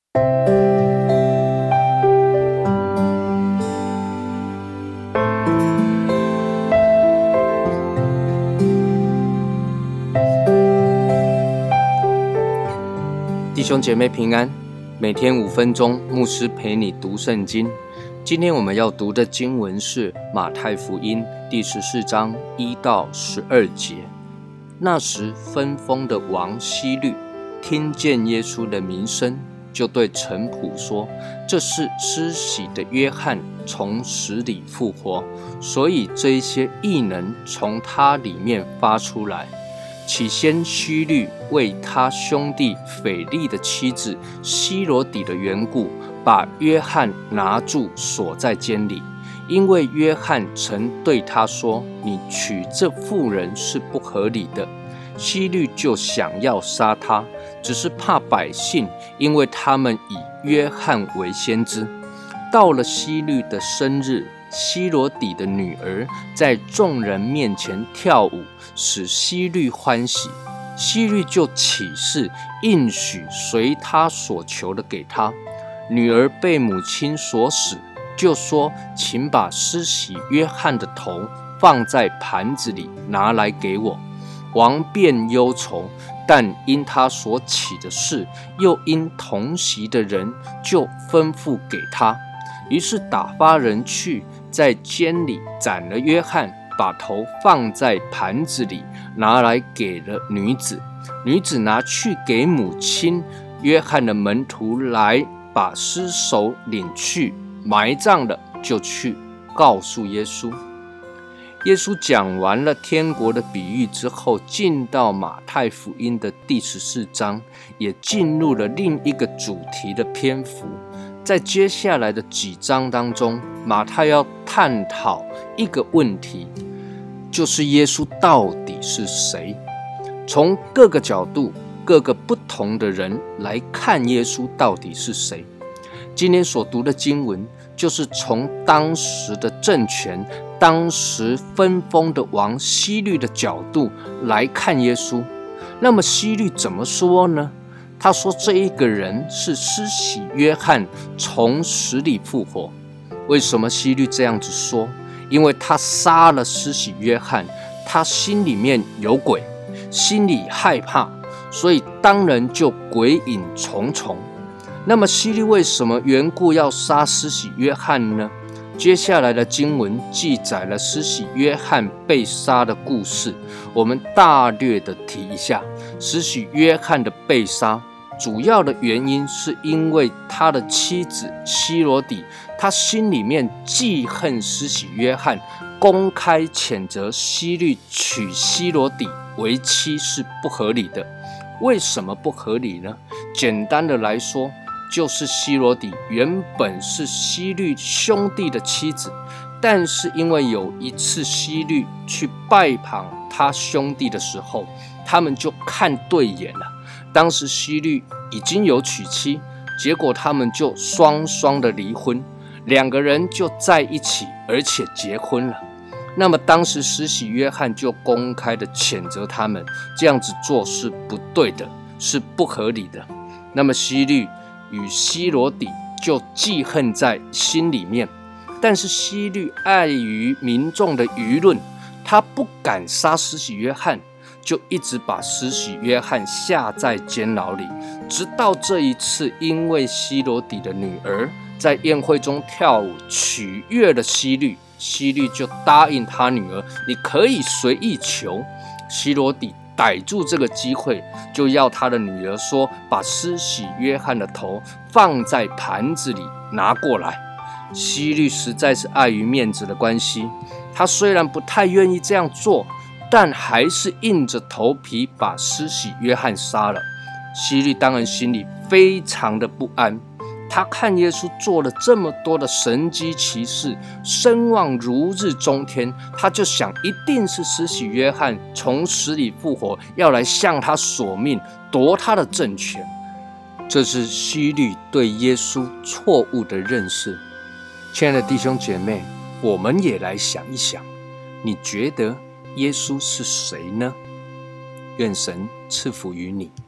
弟兄姐妹平安，每天5分钟，牧师陪你读圣经。今天我们要读的经文是马太福音第14章1到12节。那时分封的王希律听见耶稣的名声，就对臣仆说：这是施洗的约翰从死里复活，所以这一些异能从他里面发出来。起先希律为他兄弟腓力的妻子希罗底的缘故，把约翰拿住锁在监里，因为约翰曾对他说：你娶这妇人是不合理的。希律就想要杀他，只是怕百姓，因为他们以约翰为先知。到了希律的生日，希罗底的女儿在众人面前跳舞，使希律欢喜。希律就起誓应许随他所求的给他。女儿被母亲所使，就说：请把施洗约翰的头放在盘子里，拿来给我。王便忧愁，但因他所起的事，又因同席的人，就吩咐给他。于是打发人去，在监里斩了约翰，把头放在盘子里，拿来给了女子。女子拿去给母亲。约翰的门徒来，把尸首领去，埋葬了，就去告诉耶稣。耶稣讲完了天国的比喻之后，进到马太福音的第14章，也进入了另一个主题的篇幅。在接下来的几章当中，马太要探讨一个问题，就是耶稣到底是谁？从各个角度、各个不同的人来看耶稣到底是谁。今天所读的经文，就是从当时的政权、当时分封的王希律的角度来看耶稣。那么希律怎么说呢？他说这一个人是施洗约翰从死里复活。为什么希律这样子说？因为他杀了施洗约翰，他心里面有鬼，心里害怕，所以当然就鬼影重重。那么希律为什么缘故要杀施洗约翰呢？接下来的经文记载了施洗约翰被杀的故事，我们大略的提一下。施洗约翰的被杀，主要的原因是因为他的妻子希罗底，他心里面记恨施洗约翰，公开谴责希律娶希罗底为妻是不合理的。为什么不合理呢？简单的来说，就是希罗底原本是希律兄弟的妻子，但是因为有一次希律去拜访他兄弟的时候，他们就看对眼了。当时希律已经有娶妻，结果他们就双双的离婚，两个人就在一起，而且结婚了。那么当时施洗约翰就公开的谴责他们，这样子做是不对的，是不合理的。那么希律与希罗底就记恨在心里面，但是希律碍于民众的舆论，他不敢杀施洗约翰，就一直把施洗约翰下在监牢里，直到这一次，因为希罗底的女儿在宴会中跳舞取悦了希律，希律就答应他女儿，你可以随意求。希罗底逮住这个机会，就要他的女儿说，把施洗约翰的头放在盘子里拿过来。希律实在是碍于面子的关系，他虽然不太愿意这样做，但还是硬着头皮把施洗约翰杀了。希律当然心里非常的不安，他看耶稣做了这么多的神迹奇事，声望如日中天，他就想一定是施洗约翰从死里复活，要来向他索命，夺他的政权。这是希律对耶稣错误的认识。亲爱的弟兄姐妹，我们也来想一想，你觉得耶稣是谁呢？愿神赐福于你。